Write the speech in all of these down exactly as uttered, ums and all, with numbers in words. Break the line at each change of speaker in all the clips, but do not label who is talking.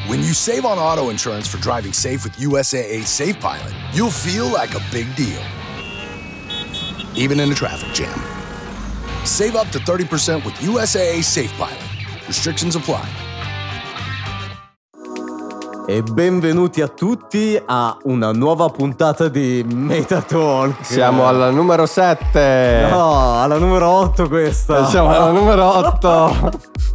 When you save on auto insurance for driving safe with U S A A Safe Pilot, you'll feel like a big deal, even in a traffic jam. Save up to thirty percent with U S A A Safe Pilot. Restrictions apply.
E benvenuti a tutti a una nuova puntata di Metatalk.
Siamo alla numero sette.
No, alla numero otto questa.
Siamo alla numero otto.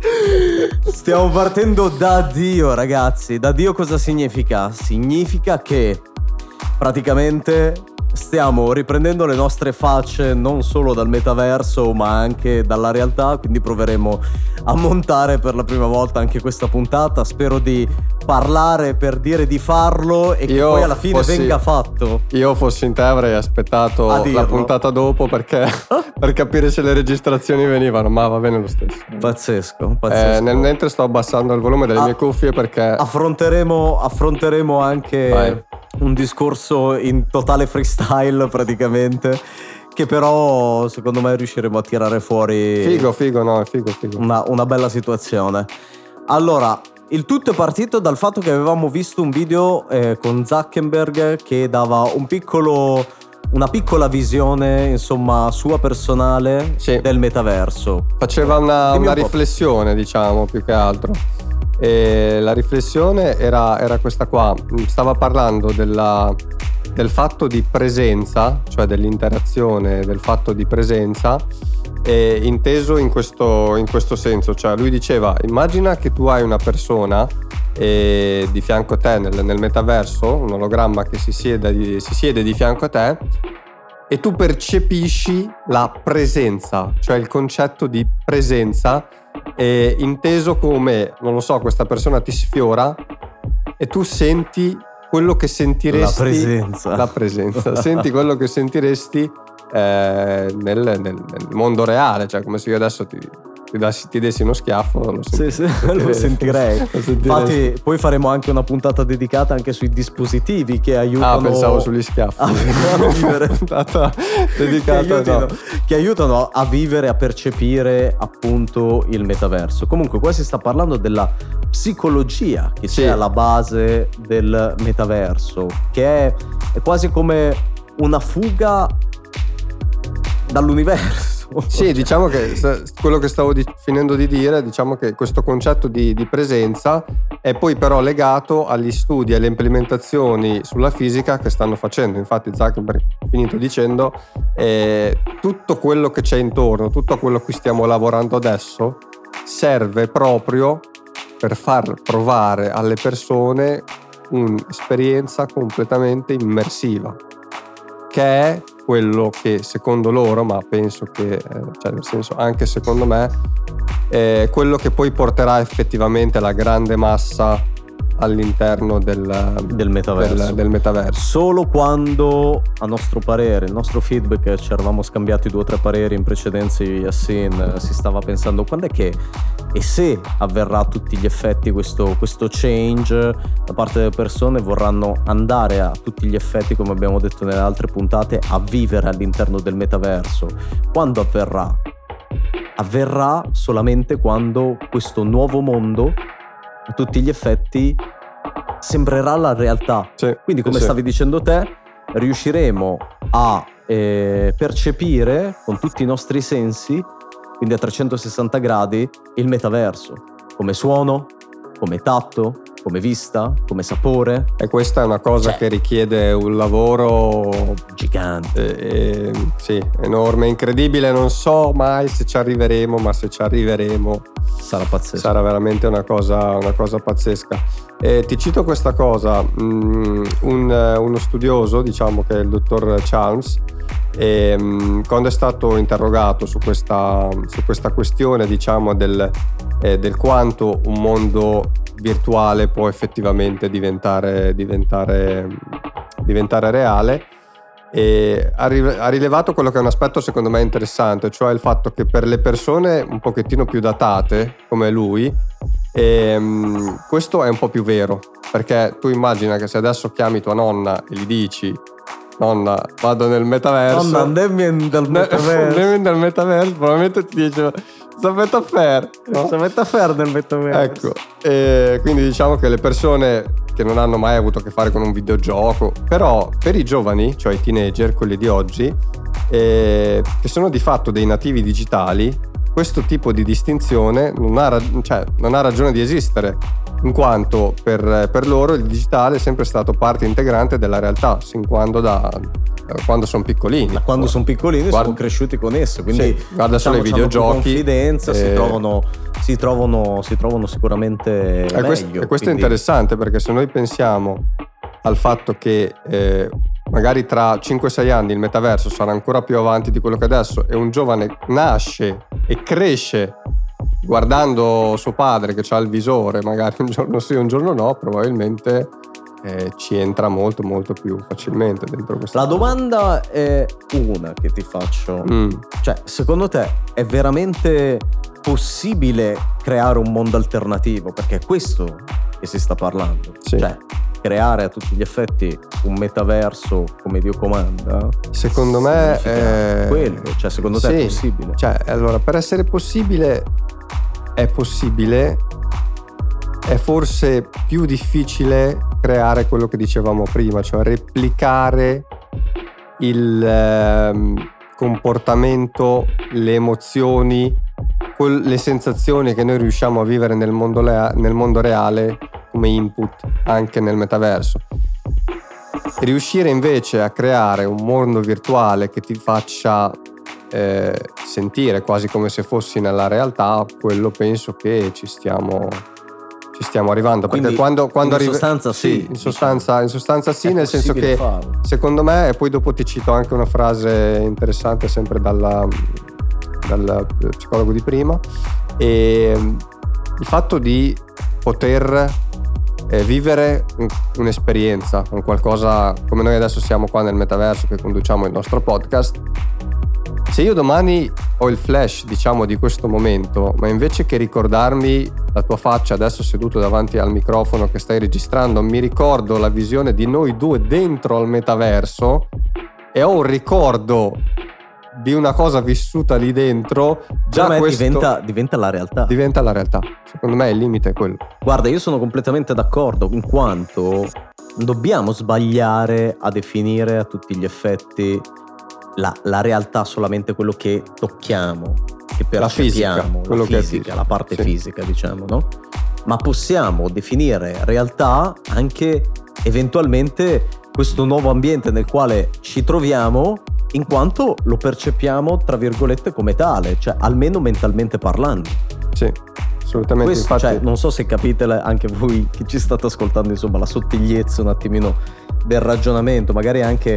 Stiamo partendo da Dio, ragazzi. Da Dio cosa significa? Significa che praticamente stiamo riprendendo le nostre facce non solo dal metaverso ma anche dalla realtà, quindi proveremo a montare per la prima volta anche questa puntata. Spero di parlare per dire di farlo e che
io
poi alla fine
fossi,
venga fatto.
Io fossi in te avrei aspettato la puntata dopo perché per capire se le registrazioni venivano, ma va bene lo stesso.
Pazzesco, pazzesco.
Eh, nel mentre sto abbassando il volume delle ah, mie cuffie perché
affronteremo, affronteremo anche Vai. un discorso in totale freestyle praticamente, che però secondo me riusciremo a tirare fuori
figo figo no è figo figo
una, una bella situazione. Allora, il tutto è partito dal fatto che avevamo visto un video eh, con Zuckerberg che dava un piccolo una piccola visione, insomma, sua personale sì. del metaverso.
Faceva una, una un riflessione, diciamo, più che altro. E la riflessione era, era questa qua. Stava parlando della, del fatto di presenza, cioè dell'interazione, del fatto di presenza, e inteso in questo, in questo senso. Cioè lui diceva, immagina che tu hai una persona e di fianco a te nel, nel metaverso, un ologramma che si siede, di, si siede di fianco a te e tu percepisci la presenza, cioè il concetto di presenza è inteso come, non lo so, questa persona ti sfiora e tu senti quello che sentiresti,
la presenza,
la presenza. Senti quello che sentiresti eh, nel, nel, nel mondo reale, cioè come se io adesso ti Ti, dassi, ti dessi uno schiaffo, lo, senti,
sì, sì, lo sentirei. Lo sentirei. Infatti, poi faremo anche una puntata dedicata anche sui dispositivi che aiutano.
Ah, pensavo sugli schiaffi.
A vivere.
dedicata, che, aiutino,
no. che aiutano a vivere, a percepire appunto il metaverso. Comunque, qua si sta parlando della psicologia che sì. c'è alla base del metaverso, che è, è quasi come una fuga dall'universo.
Sì, diciamo che quello che stavo di, finendo di dire, diciamo che questo concetto di, di presenza è poi però legato agli studi e alle implementazioni sulla fisica che stanno facendo. Infatti Zuckerberg ha finito dicendo eh, tutto quello che c'è intorno, tutto quello a cui stiamo lavorando adesso serve proprio per far provare alle persone un'esperienza completamente immersiva, che è quello che secondo loro, ma penso che, eh, cioè nel senso anche secondo me, è quello che poi porterà effettivamente la grande massa all'interno del,
del, metaverso.
del, del metaverso.
Solo quando, a nostro parere, il nostro feedback, ci eravamo scambiati due o tre pareri in precedenza io e Yassin, si stava pensando quando è che e se avverrà a tutti gli effetti questo, questo change da parte delle persone, vorranno andare a tutti gli effetti, come abbiamo detto nelle altre puntate, a vivere all'interno del metaverso. Quando avverrà? Avverrà solamente quando questo nuovo mondo a tutti gli effetti sembrerà la realtà.
Sì,
quindi come
sì.
stavi dicendo te, riusciremo a eh, percepire con tutti i nostri sensi, quindi a trecentosessanta gradi, il metaverso, come suono, come tatto, come vista, come sapore.
E questa è una cosa cioè, che richiede un lavoro
gigante,
eh, eh, sì, enorme, incredibile. Non so mai se ci arriveremo, ma se ci arriveremo
sarà pazzesco.
Sarà veramente una cosa, una cosa pazzesca. E ti cito questa cosa, um, un, uno studioso, diciamo che è il dottor Chalmers, e, um, quando è stato interrogato su questa, su questa questione, diciamo, del, eh, del quanto un mondo virtuale può effettivamente diventare, diventare, diventare reale, e ha rilevato quello che è un aspetto secondo me interessante, cioè il fatto che per le persone un pochettino più datate come lui, ehm, questo è un po' più vero, perché tu immagina che se adesso chiami tua nonna e gli dici nonna vado nel metaverso,
nonna andemmi nel metaverso
andemmi nel metaverso, probabilmente ti dice Zapetta Fair, no?
Zapetta Fair del metaverso.
Ecco, e quindi diciamo che le persone che non hanno mai avuto a che fare con un videogioco, però per i giovani, cioè i teenager, quelli di oggi, eh, che sono di fatto dei nativi digitali, questo tipo di distinzione non ha, cioè, non ha ragione di esistere, in quanto per, per loro il digitale è sempre stato parte integrante della realtà, sin quando da quando sono piccolini.
Da quando sono piccolini
guarda,
sono cresciuti con esso, quindi
sì, guarda solo
diciamo,
i videogiochi,
confidenza,
e...
si trovano si trovano si trovano sicuramente
e questo,
meglio.
E questo
quindi...
è interessante, perché se noi pensiamo al fatto che eh, magari tra cinque sei anni il metaverso sarà ancora più avanti di quello che adesso, e un giovane nasce e cresce guardando suo padre che ha il visore, magari un giorno sì un giorno no, probabilmente eh, ci entra molto molto più facilmente dentro questo.
La domanda è una che ti faccio,
mm.
cioè secondo te è veramente possibile creare un mondo alternativo? Perché è questo che si sta parlando,
sì.
Cioè creare a tutti gli effetti un metaverso come Dio comanda.
Secondo me è
quello, cioè secondo te
sì.
è possibile?
Cioè, allora, per essere possibile è possibile, è forse più difficile creare quello che dicevamo prima, cioè replicare il ehm, comportamento, le emozioni, quel, le sensazioni che noi riusciamo a vivere nel mondo, lea- nel mondo reale come input anche nel metaverso. Riuscire invece a creare un mondo virtuale che ti faccia eh, sentire quasi come se fossi nella realtà, quello penso che ci stiamo ci stiamo arrivando.
Quindi,
perché quando, quando
in
arriva
sostanza sì,
sì in sostanza, in sostanza sì, nel senso che
farlo.
Secondo me, e poi dopo ti cito anche una frase interessante sempre dalla, dal psicologo di prima, e il fatto di poter eh, vivere un, un'esperienza, un qualcosa come noi adesso siamo qua nel metaverso che conduciamo il nostro podcast. Se io domani ho il flash, diciamo, di questo momento, ma invece che ricordarmi la tua faccia adesso seduto davanti al microfono che stai registrando, mi ricordo la visione di noi due dentro al metaverso e ho un ricordo di una cosa vissuta lì dentro, già
me
questo
diventa, diventa la realtà.
Diventa la realtà. Secondo me il limite è quello.
Guarda, io sono completamente d'accordo, in quanto non dobbiamo sbagliare a definire a tutti gli effetti La, la realtà solamente quello che tocchiamo, che percepiamo,
la fisica,
la, fisica, fisica, la parte sì. fisica, diciamo, no? Ma possiamo definire realtà anche eventualmente questo nuovo ambiente nel quale ci troviamo, in quanto lo percepiamo tra virgolette come tale, cioè almeno mentalmente parlando.
Sì, assolutamente.
Questo,
infatti,
cioè, non so se capite anche voi che ci state ascoltando, insomma, la sottigliezza un attimino del ragionamento, magari anche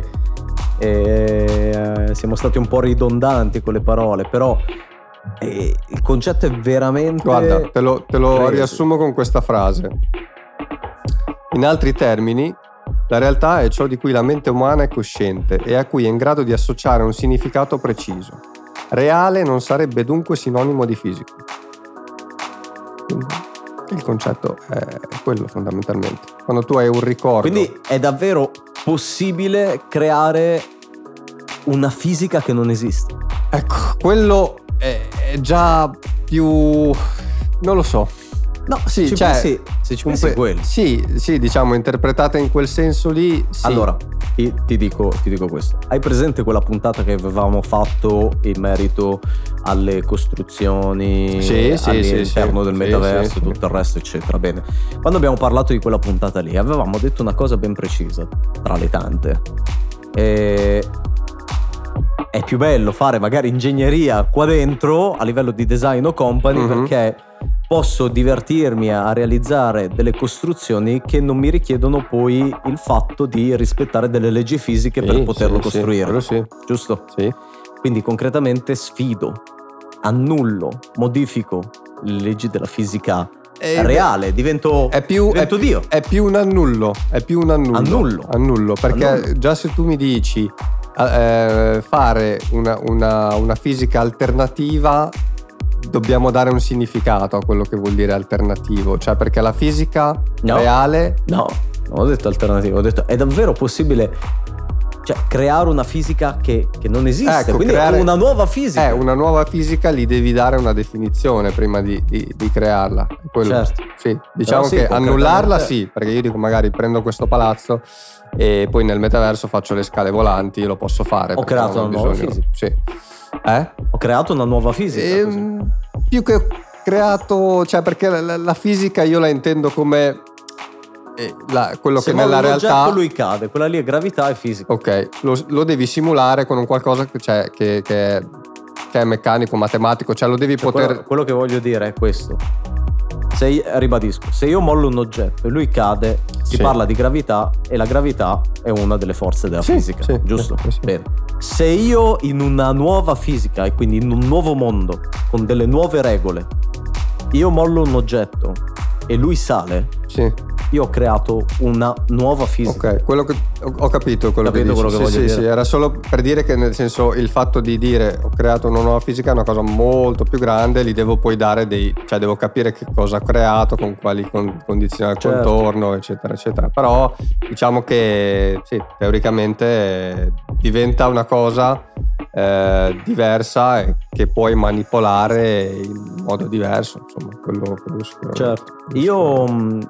eh, siamo stati un po' ridondanti con le parole, però eh, il concetto è veramente...
Guarda, te lo, te lo
crazy.
riassumo con questa frase. In altri termini, la realtà è ciò di cui la mente umana è cosciente e a cui è in grado di associare un significato preciso. Reale non sarebbe dunque sinonimo di fisico. Quindi il concetto è quello fondamentalmente. Quando tu hai un ricordo...
Quindi è davvero possibile creare una fisica che non esiste?
Ecco, quello è, è già più... non lo so.
No,
sì,
ci
cioè,
pensi, se ci pensi
pe-
quello.
Sì, sì, diciamo, interpretata in quel senso lì, sì.
Allora, ti, ti, dico, ti dico questo. Hai presente quella puntata che avevamo fatto in merito alle costruzioni
sì, sì,
all'interno
sì,
del
sì,
metaverso,
sì,
tutto
sì.
il resto, eccetera? Bene, quando abbiamo parlato di quella puntata lì, avevamo detto una cosa ben precisa, tra le tante. E... è più bello fare magari ingegneria qua dentro a livello di design o company, mm-hmm. perché posso divertirmi a realizzare delle costruzioni che non mi richiedono poi il fatto di rispettare delle leggi fisiche sì, per poterlo
sì,
costruire,
sì,
giusto?
Sì.
Quindi concretamente sfido, annullo, modifico le leggi della fisica è reale, divento,
è più,
divento
è,
Dio.
È più un annullo, è più un annullo.
Annullo.
Annullo, perché
annullo.
Già se tu mi dici eh, fare una, una, una fisica alternativa, dobbiamo dare un significato a quello che vuol dire alternativo, cioè perché la fisica
no.
reale...
No, non ho detto alternativo, ho detto è davvero possibile cioè creare una fisica che, che non esiste,
ecco,
quindi
creare,
è una nuova fisica.
È una nuova fisica, gli devi dare una definizione prima di, di, di crearla. Quello,
certo.
Sì, diciamo
sì,
che annullarla sì, perché io dico magari prendo questo palazzo e poi nel metaverso faccio le scale volanti, io lo posso fare.
Ho creato una nuova fisica.
Sì. Eh?
Ho creato una nuova fisica.
E, più che creato, cioè perché la, la fisica io la intendo come La, quello
Se
che nella realtà
lui cade, quella lì è gravità e fisica.
Ok, lo, lo devi simulare con un qualcosa che, cioè, che, che, che è meccanico, matematico, cioè lo devi
cioè,
poter.
Quello, quello che voglio dire è questo. Se io, ribadisco, se io mollo un oggetto e lui cade, si
sì.
parla di gravità e la gravità è una delle forze della
sì,
fisica,
sì,
giusto?
Sì, sì.
Bene. Se io in una nuova fisica e quindi in un nuovo mondo con delle nuove regole, io mollo un oggetto e lui sale,
sì.
io ho creato una nuova fisica.
Ok, quello che ho, ho capito quello
capito
che dici.
quello che
sì,
voglio
sì,
dire.
Sì, era solo per dire che nel senso il fatto di dire ho creato una nuova fisica è una cosa molto più grande, li devo poi dare dei, cioè devo capire che cosa ho creato, con quali con, condizioni al
certo.
contorno, eccetera, eccetera. Però diciamo che sì, teoricamente diventa una cosa eh, diversa e che puoi manipolare in modo diverso, insomma, quello, quello sicuramente.
Certo. Io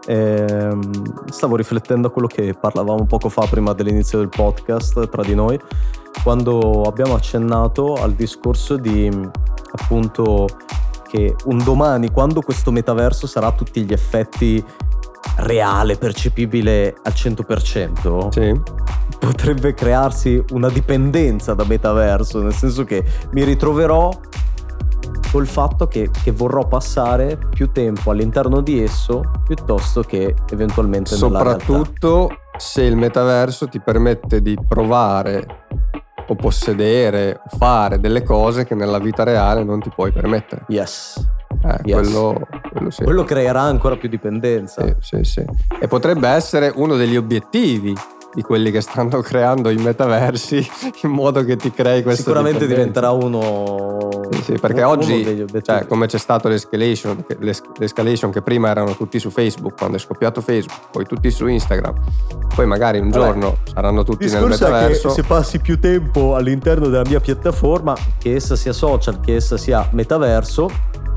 ehm, stavo riflettendo a quello che parlavamo poco fa prima dell'inizio del podcast tra di noi, quando abbiamo accennato al discorso di appunto che un domani, quando questo metaverso sarà a tutti gli effetti reale, percepibile al cento per cento,
sì.
potrebbe crearsi una dipendenza da metaverso, nel senso che mi ritroverò col fatto che, che vorrò passare più tempo all'interno di esso piuttosto che eventualmente nella realtà.
Soprattutto se il metaverso ti permette di provare o possedere o fare delle cose che nella vita reale non ti puoi permettere.
Yes.
Eh,
yes.
quello, quello, sì.
quello creerà ancora più dipendenza.
Sì, sì, sì. E potrebbe essere uno degli obiettivi di quelli che stanno creando i metaversi, in modo che ti crei questa
sicuramente
dipendenza.
Diventerà uno
sì, sì, perché
uno
oggi cioè, come c'è stato l'escalation, l'escalation che prima erano tutti su Facebook, quando è scoppiato Facebook, poi tutti su Instagram, poi magari un giorno Vabbè, saranno tutti nel metaverso.
È che se passi più tempo all'interno della mia piattaforma, che essa sia social, che essa sia metaverso,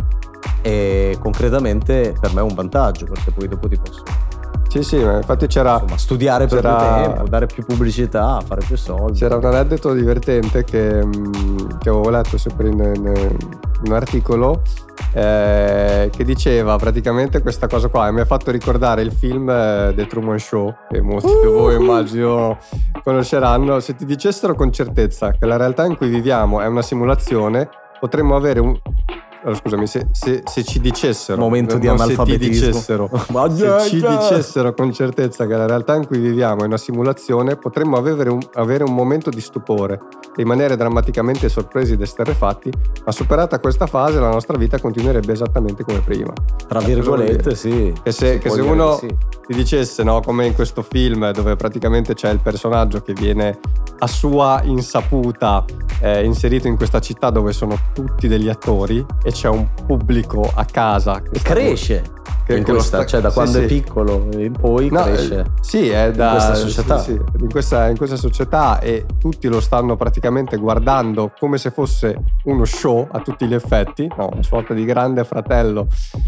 e concretamente per me è un vantaggio, perché poi dopo ti posso
sì sì ma infatti c'era
insomma, studiare per
c'era,
più tempo, dare più pubblicità, fare più soldi.
C'era un aneddoto divertente che, che avevo letto sempre in, in, in un articolo eh, che diceva praticamente questa cosa qua, e mi ha fatto ricordare il film eh, The Truman Show, che molti di uh, voi immagino conosceranno. Se ti dicessero con certezza che la realtà in cui viviamo è una simulazione, potremmo avere un Allora, scusami, se, se, se ci dicessero
momento di
non
analfabetismo.
Se, ti dicessero, se ci dicessero con certezza che la realtà in cui viviamo è una simulazione, potremmo avere un, avere un momento di stupore, rimanere drammaticamente sorpresi ed esterrefatti, ma superata questa fase la nostra vita continuerebbe esattamente come prima.
Tra virgolette, sì.
Che se, che se uno sì. ti dicesse, no, come in questo film dove praticamente c'è il personaggio che viene a sua insaputa eh, inserito in questa città dove sono tutti degli attori e c'è un pubblico a casa che
cresce che, in che questa, sta, cioè da sì, quando sì. è piccolo in poi no, cresce
sì è da
in questa società
sì, sì, in, questa, in questa società, e tutti lo stanno praticamente guardando come se fosse uno show a tutti gli effetti, no, una sorta di grande fratello,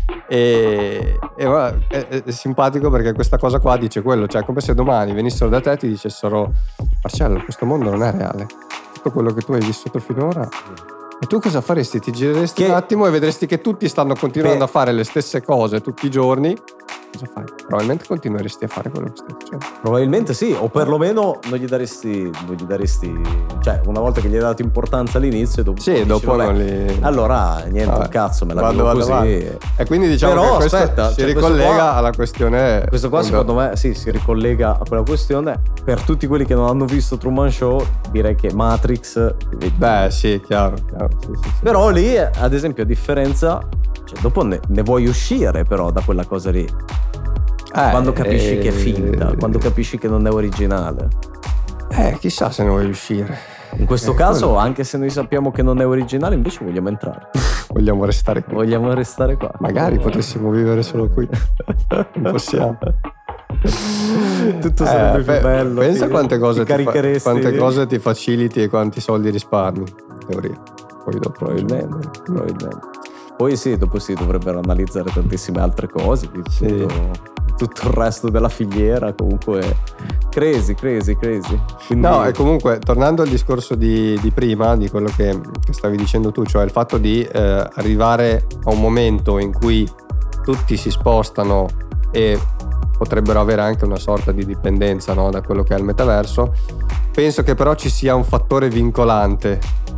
e, e è, è simpatico perché questa cosa qua dice quello, cioè come se domani venissero da te e ti dicessero: Marcello, questo mondo non è reale, tutto quello che tu hai vissuto finora. E tu cosa faresti? Ti gireresti che... un attimo e vedresti che tutti stanno continuando che... a fare le stesse cose tutti i giorni. Cosa fai? Probabilmente continueresti a fare quello che stai facendo.
Probabilmente sì, o perlomeno non gli daresti, non gli daresti, cioè una volta che gli hai dato importanza all'inizio, dopo
sì, dopo non li...
allora niente, vabbè, un cazzo, me la vado, vado così. Vado. E
quindi diciamo
Però,
che questo
aspetta,
si
cioè
ricollega
questo qua,
alla questione.
Questo qua
quando...
secondo me sì, si ricollega a quella questione. Per tutti quelli che non hanno visto Truman Show, direi che Matrix.
Beh, sì, chiaro, chiaro. Sì, sì, sì.
Però lì, ad esempio, a differenza, cioè dopo ne, ne vuoi uscire però da quella cosa lì. Eh, quando capisci eh, che è finta, eh, quando capisci che non è originale.
Eh, chissà se ne vuoi uscire.
In questo
eh,
caso,
quello.
anche se noi sappiamo che non è originale, invece vogliamo entrare.
Vogliamo restare qui.
Vogliamo restare qua.
Magari potessimo vivere solo qui. Non possiamo.
Tutto sarebbe
eh,
più bello.
Pensa
ti,
quante cose
ti,
ti fa, quante cose ti faciliti e quanti soldi risparmi, in teoria. Poi dopo
probabilmente, probabilmente. Poi sì, dopo sì, dovrebbero analizzare tantissime altre cose, di
sì.
tutto, tutto il resto della filiera, comunque crazy, crazy, crazy. Quindi...
No, e comunque tornando al discorso di, di prima, di quello che, che stavi dicendo tu, cioè il fatto di eh, arrivare a un momento in cui tutti si spostano e potrebbero avere anche una sorta di dipendenza, no, da quello che è il metaverso, penso che però ci sia un fattore vincolante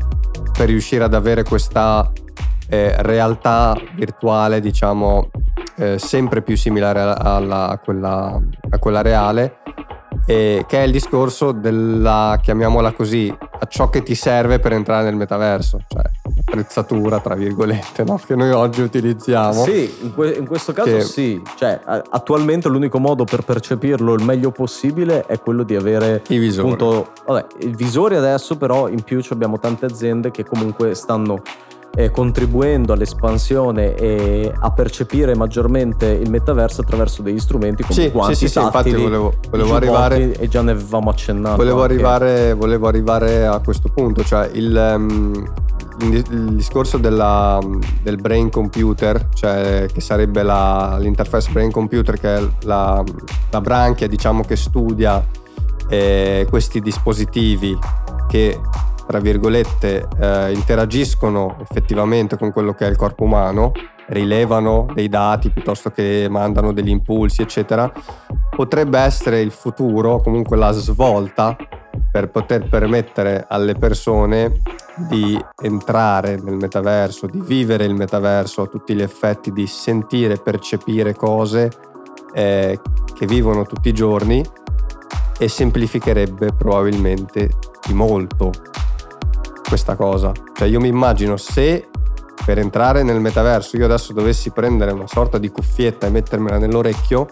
per riuscire ad avere questa eh, realtà virtuale, diciamo, eh, sempre più similare alla, a, quella, a quella reale, eh, che è il discorso della, chiamiamola così, a ciò che ti serve per entrare nel metaverso, cioè attrezzatura tra virgolette, no? Che noi oggi utilizziamo.
Sì, in, que- in questo caso
che...
sì, cioè attualmente l'unico modo per percepirlo il meglio possibile è quello di avere
i visori.
Appunto, vabbè, i visori adesso, però in più abbiamo tante aziende che comunque stanno eh, contribuendo all'espansione e a percepire maggiormente il metaverso attraverso degli strumenti come
sì,
guanti
sì, sì,
tattili,
infatti volevo, volevo arrivare
e già ne avevamo accennato
volevo
anche.
arrivare volevo arrivare a questo punto, cioè il, um, il, il discorso della, del brain computer, cioè che sarebbe la, l'interface brain computer, che è la, la branchia, diciamo, che studia eh, questi dispositivi che tra virgolette eh, interagiscono effettivamente con quello che è il corpo umano, rilevano dei dati piuttosto che mandano degli impulsi eccetera, potrebbe essere il futuro, comunque la svolta per poter permettere alle persone di entrare nel metaverso, di vivere il metaverso a tutti gli effetti, di sentire, percepire cose eh, che vivono tutti i giorni, e semplificherebbe probabilmente di molto questa cosa. Cioè io mi immagino, se per entrare nel metaverso io adesso dovessi prendere una sorta di cuffietta e mettermela nell'orecchio,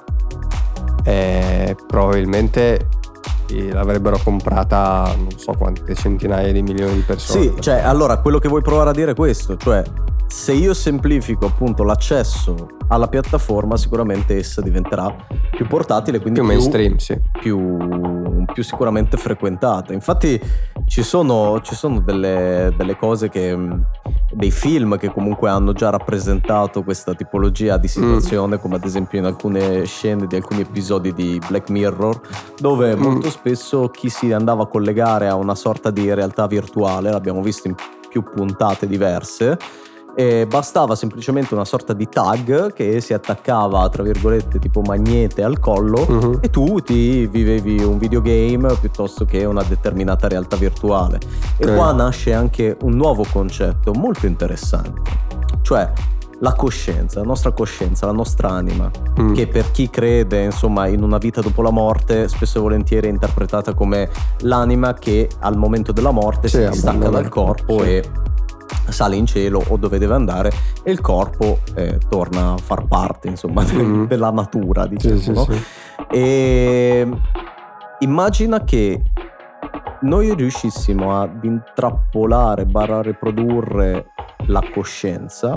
eh, probabilmente l'avrebbero comprata non so quante centinaia di milioni di persone.
Sì, cioè allora quello che vuoi provare a dire è questo, cioè se io semplifico appunto l'accesso alla piattaforma, sicuramente essa diventerà più portatile, quindi
più mainstream, sì.
più, più sicuramente frequentata. Infatti ci sono, ci sono delle, delle cose che, dei film che comunque hanno già rappresentato questa tipologia di situazione, mm. come ad esempio in alcune scene di alcuni episodi di Black Mirror, dove mm. molto spesso chi si andava a collegare a una sorta di realtà virtuale, l'abbiamo visto in più puntate diverse, e bastava semplicemente una sorta di tag che si attaccava tra virgolette tipo magnete al collo, uh-huh. e tu ti vivevi un videogame piuttosto che una determinata realtà virtuale. E okay. qua nasce anche un nuovo concetto molto interessante, cioè la coscienza, la nostra coscienza, la nostra anima, mm. che per chi crede insomma in una vita dopo la morte spesso e volentieri è interpretata come l'anima che al momento della morte sì, si distacca dal corpo sì. e sale in cielo o dove deve andare, e il corpo eh, torna a far parte insomma mm. della natura, diciamo, sì, no? sì, sì. E immagina che noi riuscissimo ad intrappolare barra riprodurre la coscienza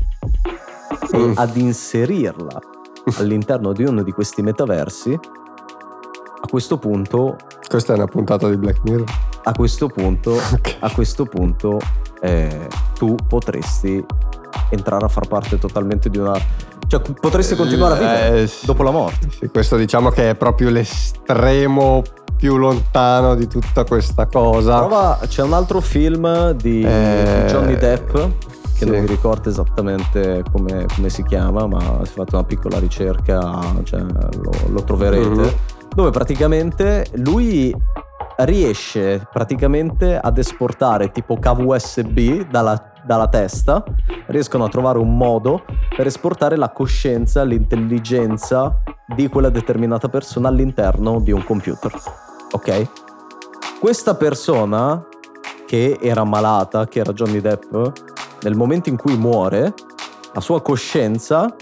mm. e ad inserirla all'interno di uno di questi metaversi. A questo punto,
questa è una puntata di Black Mirror.
A questo punto, okay. a questo punto eh, tu potresti entrare a far parte totalmente di una, cioè potresti continuare a vivere eh, dopo la morte.
Sì, questo diciamo che è proprio l'estremo più lontano di tutta questa cosa.
Prova, c'è un altro film di, eh, di Johnny Depp che sì. non mi ricordo esattamente come, come si chiama, ma si è fatta una piccola ricerca, cioè, lo, lo troverete, mm-hmm. dove praticamente lui riesce praticamente ad esportare tipo cavo U S B dalla, dalla testa, riescono a trovare un modo per esportare la coscienza, l'intelligenza di quella determinata persona all'interno di un computer, ok? Questa persona che era malata, che era Johnny Depp, nel momento in cui muore, la sua coscienza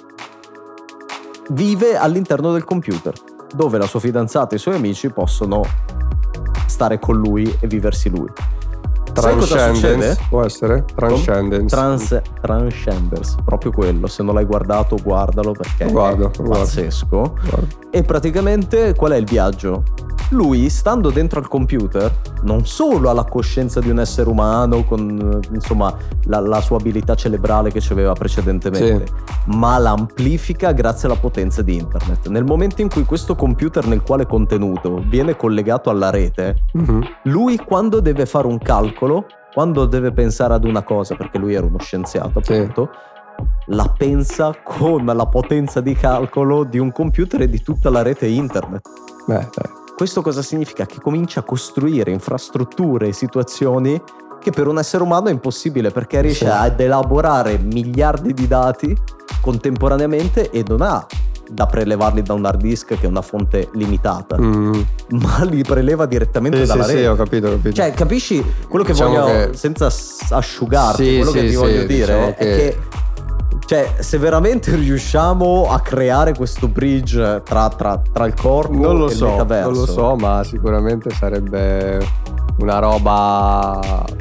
vive all'interno del computer, dove la sua fidanzata e i suoi amici possono stare con lui e viversi lui. Sai cosa succede?
Può essere? Transcendence.
Trans, Transcendence, proprio quello. Se non l'hai guardato, guardalo perché
guardo,
è pazzesco.
Guardo.
E praticamente qual è il viaggio? Lui, stando dentro al computer, non solo ha la coscienza di un essere umano con, insomma, la, la sua abilità cerebrale che aveva precedentemente, sì, ma l'amplifica grazie alla potenza di internet. Nel momento in cui questo computer nel quale è contenuto viene collegato alla rete, mm-hmm. lui quando deve fare un calcolo, quando deve pensare ad una cosa, perché lui era uno scienziato appunto, sì, la pensa con la potenza di calcolo di un computer e di tutta la rete internet.
Beh, beh.
Questo cosa significa? Che comincia a costruire infrastrutture e situazioni che per un essere umano è impossibile, perché riesce, sì, ad elaborare miliardi di dati contemporaneamente e non ha da prelevarli da un hard disk che è una fonte limitata, mm. ma li preleva direttamente, sì, dalla
sì,
rete.
Sì, ho capito, ho capito.
Cioè, capisci quello che
diciamo
voglio,
che...
senza asciugarti,
sì,
quello
sì,
che ti
sì,
voglio dire
diciamo
è
che...
che cioè, se veramente riusciamo a creare questo bridge tra, tra, tra il corpo
non lo
e il
so,
metaverso,
non lo so, ma sicuramente sarebbe una roba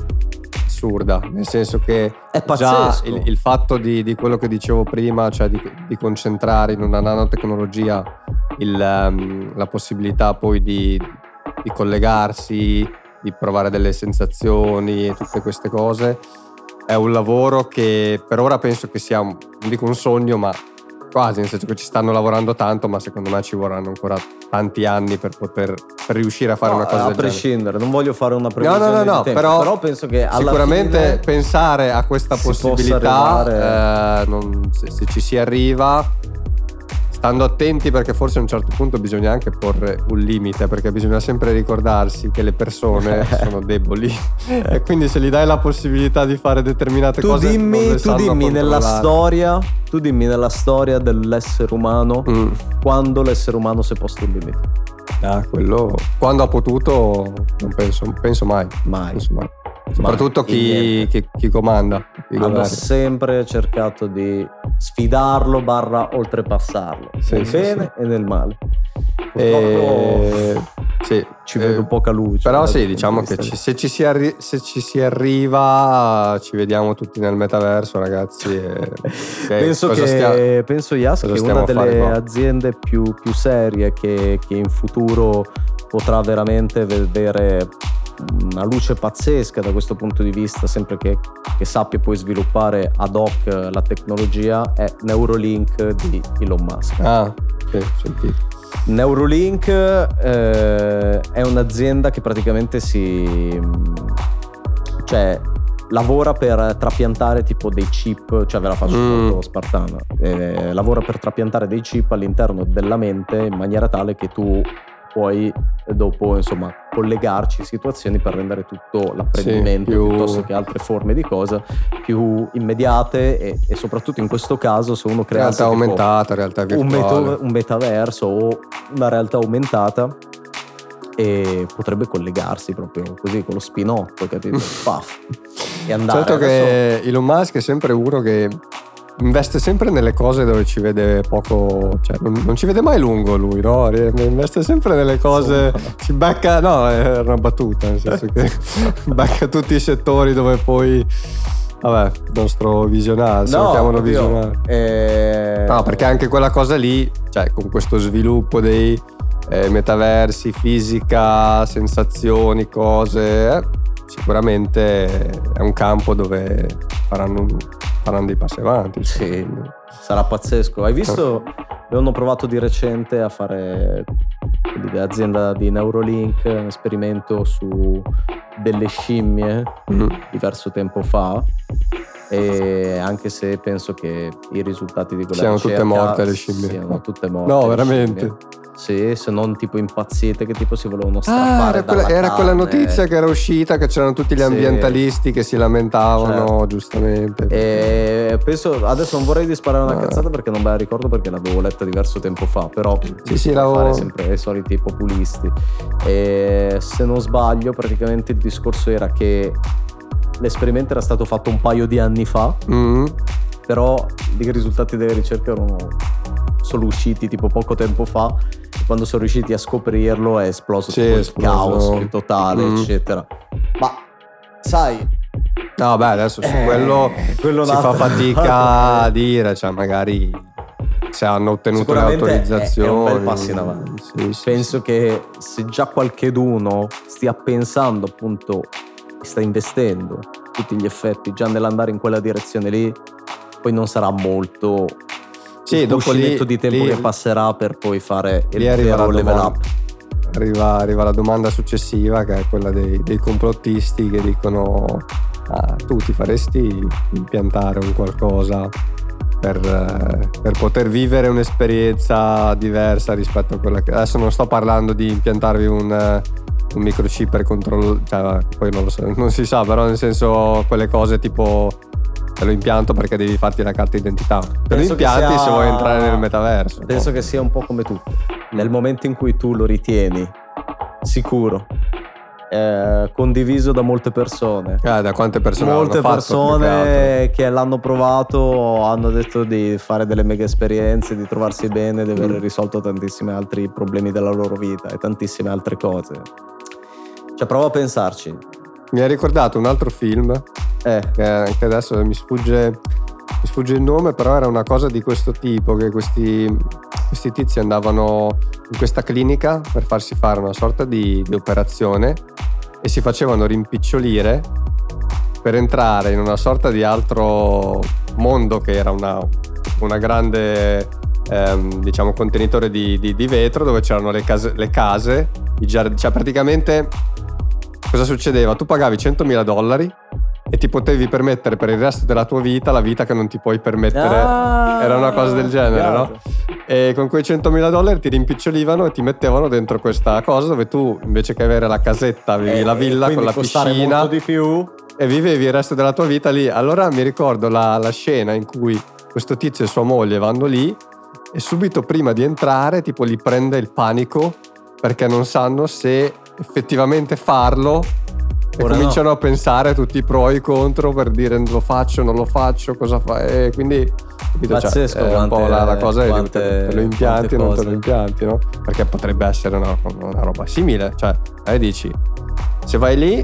assurda, nel senso che
è
già il, il fatto di, di quello che dicevo prima, cioè di, di concentrare in una nanotecnologia il, um, la possibilità poi di, di collegarsi, di provare delle sensazioni e tutte queste cose, è un lavoro che per ora penso che sia, un, non dico un sogno, ma quasi, nel senso che ci stanno lavorando tanto, ma secondo me ci vorranno ancora tanti anni per poter per riuscire a fare, no, una cosa
a
del
prescindere,
genere.
Non voglio fare una previsione
no, no, no, no,
di tempo,
però,
però penso che alla
sicuramente
fine
pensare a questa possibilità, eh, non, se, se ci si arriva, stando attenti, perché forse a un certo punto bisogna anche porre un limite, perché bisogna sempre ricordarsi che le persone sono deboli e quindi se gli dai la possibilità di fare determinate
tu
cose
dimmi,
non le
tu dimmi nella storia tu dimmi nella storia dell'essere umano mm. quando l'essere umano si è posto un limite.
Ah, quello quando ha potuto, non penso penso mai
mai,
penso mai. Soprattutto chi, chi, chi comanda, chi
hanno
governa.
sempre cercato di sfidarlo barra oltrepassarlo, sì, nel sì, bene sì. e nel male.
E... sì,
ci eh, vedo poca luce.
Però sì, diciamo che ci, se, ci si arri- se ci si arriva ci vediamo tutti nel metaverso, ragazzi. E,
penso che stia- penso Yas che una delle aziende più, più serie che, che in futuro potrà veramente vedere una luce pazzesca da questo punto di vista, sempre che, che sappia poi sviluppare ad hoc la tecnologia, è Neuralink di Elon Musk.
Ah, sì, sentito.
Neuralink eh, è un'azienda che praticamente si cioè lavora per trapiantare tipo dei chip, cioè ve la faccio mm. molto spartana, eh, lavora per trapiantare dei chip all'interno della mente in maniera tale che tu puoi dopo insomma collegarci situazioni per rendere tutto l'apprendimento, sì, più... piuttosto che altre forme di cosa più immediate e, e soprattutto in questo caso se uno crea
realtà aumentata, realtà virtuale,
un, meto- un metaverso o una realtà aumentata e potrebbe collegarsi proprio così con lo spinotto, capito? Paf, e andare.
Certo
adesso...
che Elon Musk è sempre uno che investe sempre nelle cose dove ci vede poco, cioè non, non ci vede mai lungo lui, no? Investe sempre nelle cose, sì. ci becca, no, è una battuta, nel senso che becca tutti i settori dove poi, vabbè, il nostro visionario, se
no,
lo chiamano visionario.
Eh...
No, perché anche quella cosa lì, cioè con questo sviluppo dei eh, metaversi, fisica, sensazioni, cose, eh, sicuramente è un campo dove faranno un faranno dei passi avanti.
Sì, sarà pazzesco. Hai visto? Avevano provato di recente a fare l'azienda di Neuralink un esperimento su delle scimmie mm. diverso tempo fa, e anche se penso che i risultati di quella
siano
ricerca
tutte morte le scimmie.
siano
no.
tutte morte.
No, veramente.
Scimmie. Sì, se non tipo impazzite che tipo si volevano strappare. Ah,
era, quella, era quella notizia che era uscita, che c'erano tutti gli ambientalisti sì. che si lamentavano, certo. giustamente.
E penso, adesso non vorrei disparare una ah. cazzata perché non me la ricordo, perché l'avevo letta diverso tempo fa, però
sì, sì,
fare
l'avevo...
sempre i soliti populisti. E se non sbaglio, praticamente il discorso era che l'esperimento era stato fatto un paio di anni fa, mm. però i risultati delle ricerche erano solo usciti tipo poco tempo fa, e quando sono riusciti a scoprirlo è esploso
sì,
tutto il
esploso.
caos più totale, mm. eccetera. Ma sai.
No, beh, adesso su
Eh,
quello,
quello
si fa
l'altro-
fatica a dire, cioè magari se hanno ottenuto le
Sicuramente è-
autorizzazioni.
è un bel passo in avanti.
Sì, sì,
Penso
sì.
che se già qualcheduno stia pensando, appunto, sta investendo tutti gli effetti già nell'andare in quella direzione lì, poi non sarà molto
Sì,
il
dopo lì-
cuscinetto di tempo
lì-
che passerà per poi fare il
Lì arriva
vero
la
level
domanda.
up.
Arriva, arriva la domanda successiva, che è quella dei, dei complottisti che dicono: ah, tu ti faresti impiantare un qualcosa per, eh, per poter vivere un'esperienza diversa rispetto a quella che... Adesso non sto parlando di impiantarvi un, eh, un microchip per controllare, cioè, poi non lo so, non si sa, però nel senso quelle cose tipo te lo impianto perché devi farti la carta d'identità, te lo
Penso che
impianti
sia-
se vuoi entrare nel metaverso.
Penso che sia un po' come tutto. Nel momento in cui tu lo ritieni sicuro, eh, condiviso da molte persone,
Eh, da quante persone
molte
l'hanno fatto, più che altro.
persone che l'hanno provato hanno detto di fare delle mega esperienze, di trovarsi bene, di aver
Mm.
risolto tantissimi altri problemi della loro vita e tantissime altre cose. Cioè, prova a pensarci.
Mi ha ricordato un altro film
Eh,
che anche adesso mi sfugge, mi sfugge il nome, però era una cosa di questo tipo, che questi, questi tizi andavano in questa clinica per farsi fare una sorta di, di operazione e si facevano rimpicciolire per entrare in una sorta di altro mondo che era una, una grande ehm, diciamo contenitore di, di, di vetro, dove c'erano le case, le case i giard- cioè praticamente cosa succedeva? Tu pagavi centomila dollari e ti potevi permettere per il resto della tua vita la vita che non ti puoi permettere.
Ah,
Era una cosa del genere, no?
chiaro.
E con quei centomila dollari ti rimpicciolivano e ti mettevano dentro questa cosa dove tu, invece che avere la casetta, avevi
Eh,
la villa
quindi
con la
costare
piscina
molto di più.
e vivevi il resto della tua vita lì. Allora mi ricordo la, la scena in cui questo tizio e sua moglie vanno lì e subito prima di entrare tipo li prende il panico perché non sanno se effettivamente farlo e
Ora
cominciano
no.
a pensare tutti i pro e i contro per dire lo faccio, non lo faccio, cosa fa, e quindi capito? Cioè,
Pazzesco,
è un po'
quante-
la, la cosa è
quante-
te, te lo impianti o non te
quante
lo impianti, no? Perché potrebbe essere una, una roba simile, cioè eh, dici se vai lì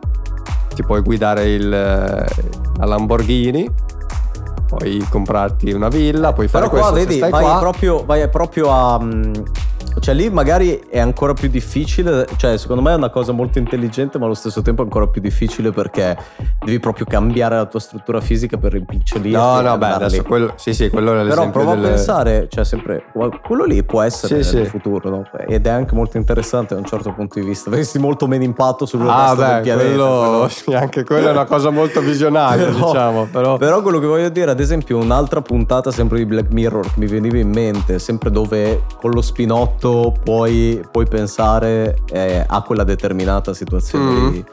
ti puoi guidare il, la Lamborghini, puoi comprarti una villa, puoi fare
Però qua
questo, se
vedi,
stai
vai
qua,
proprio, vai proprio a... mm, cioè lì magari è ancora più difficile, cioè secondo me è una cosa molto intelligente, ma allo stesso tempo è ancora più difficile perché devi proprio cambiare la tua struttura fisica per rimpicciolirti.
no
e
no beh
andare
adesso
lì.
quello, sì sì quello è
Però
l'esempio
prova
delle...
a pensare, cioè sempre, quello lì può essere
Sì,
nel
sì.
futuro, no? Ed è anche molto interessante da un certo punto di vista. Avresti molto meno impatto sul
ah
resto del
beh
pianeta.
quello,
quello-
sì, anche quello è una cosa molto visionaria
Però-
diciamo però
Però quello che voglio dire, ad esempio, un'altra puntata sempre di Black Mirror che mi veniva in mente, sempre dove con lo spinotto puoi, puoi pensare eh, a quella determinata situazione
Mm.
lì,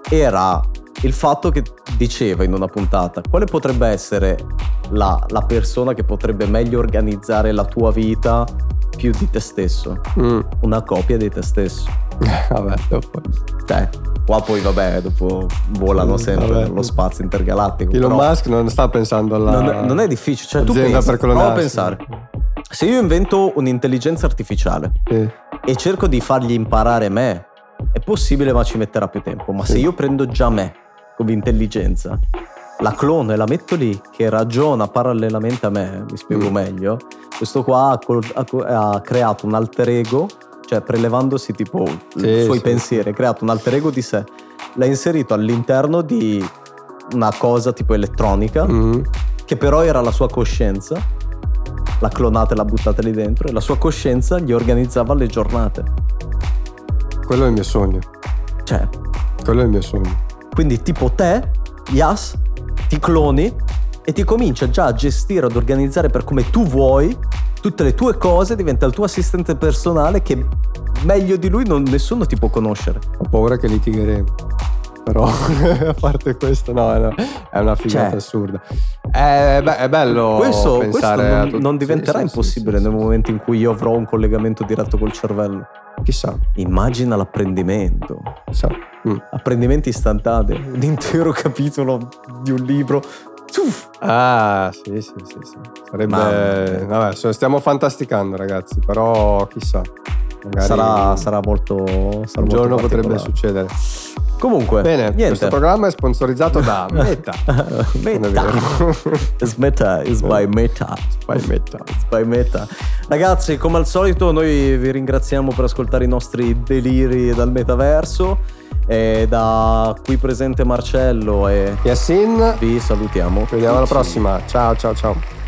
era il fatto che diceva in una puntata quale potrebbe essere la, la persona che potrebbe meglio organizzare la tua vita più di te stesso,
Mm.
una copia di te stesso.
vabbè dopo
Cioè, qua poi vabbè, dopo volano
Sì,
sempre
vabbè.
nello spazio intergalattico.
Elon
però-
Musk non sta pensando alla
non è, non è difficile, cioè tu
azienda
pensi,
per
prova a
clonarsi.
pensare, se io invento un'intelligenza artificiale
Sì.
e cerco di fargli imparare me, è possibile ma ci metterà più tempo, ma
Sì.
se io prendo già me come intelligenza, la clono e la metto lì che ragiona parallelamente a me, mi spiego
Mm.
meglio, questo qua ha, col- ha co- ha creato un alter ego, cioè prelevandosi tipo
Sì,
i suoi
sì,
pensieri, ha creato un alter ego di sé, l'ha inserito all'interno di una cosa tipo elettronica,
Mm.
che però era la sua coscienza, l'ha clonata e l'ha buttata lì dentro e la sua coscienza gli organizzava le giornate.
quello è il mio sogno,
Cioè,
quello è il mio sogno.
quindi tipo te, Yas, ti cloni e ti comincia già a gestire, ad organizzare per come tu vuoi tutte le tue cose, diventa il tuo assistente personale che meglio di lui non, nessuno ti può conoscere.
Ho paura che litigheremo, però a parte questo no, no, è una figata
Cioè,
assurda. È, beh, è bello
Questo, questo
pensare a
non,
tutto-
non
sì,
diventerà
sì,
impossibile
sì, sì,
nel
sì.
momento in cui io avrò un collegamento diretto col cervello.
Chissà,
Immagina l'apprendimento.
chissà. Mm.
Apprendimento istantaneo, un intero capitolo di un libro. Uff.
Ah sì sì sì, sì.
Mamma
Sarebbe
mia.
vabbè, so- stiamo fantasticando ragazzi, però chissà, magari
Sarà, sarà molto sarà
un
molto
giorno potrebbe
particolare.
succedere.
Comunque,
bene,
niente.
Questo programma è sponsorizzato da Meta.
Meta. It's Meta, is by Meta.
It's by Meta.
It's by Meta. Ragazzi, come al solito, noi vi ringraziamo per ascoltare i nostri deliri dal metaverso. E da qui presente Marcello e
Yassin,
vi salutiamo.
ci vediamo alla prossima. Ciao ciao ciao.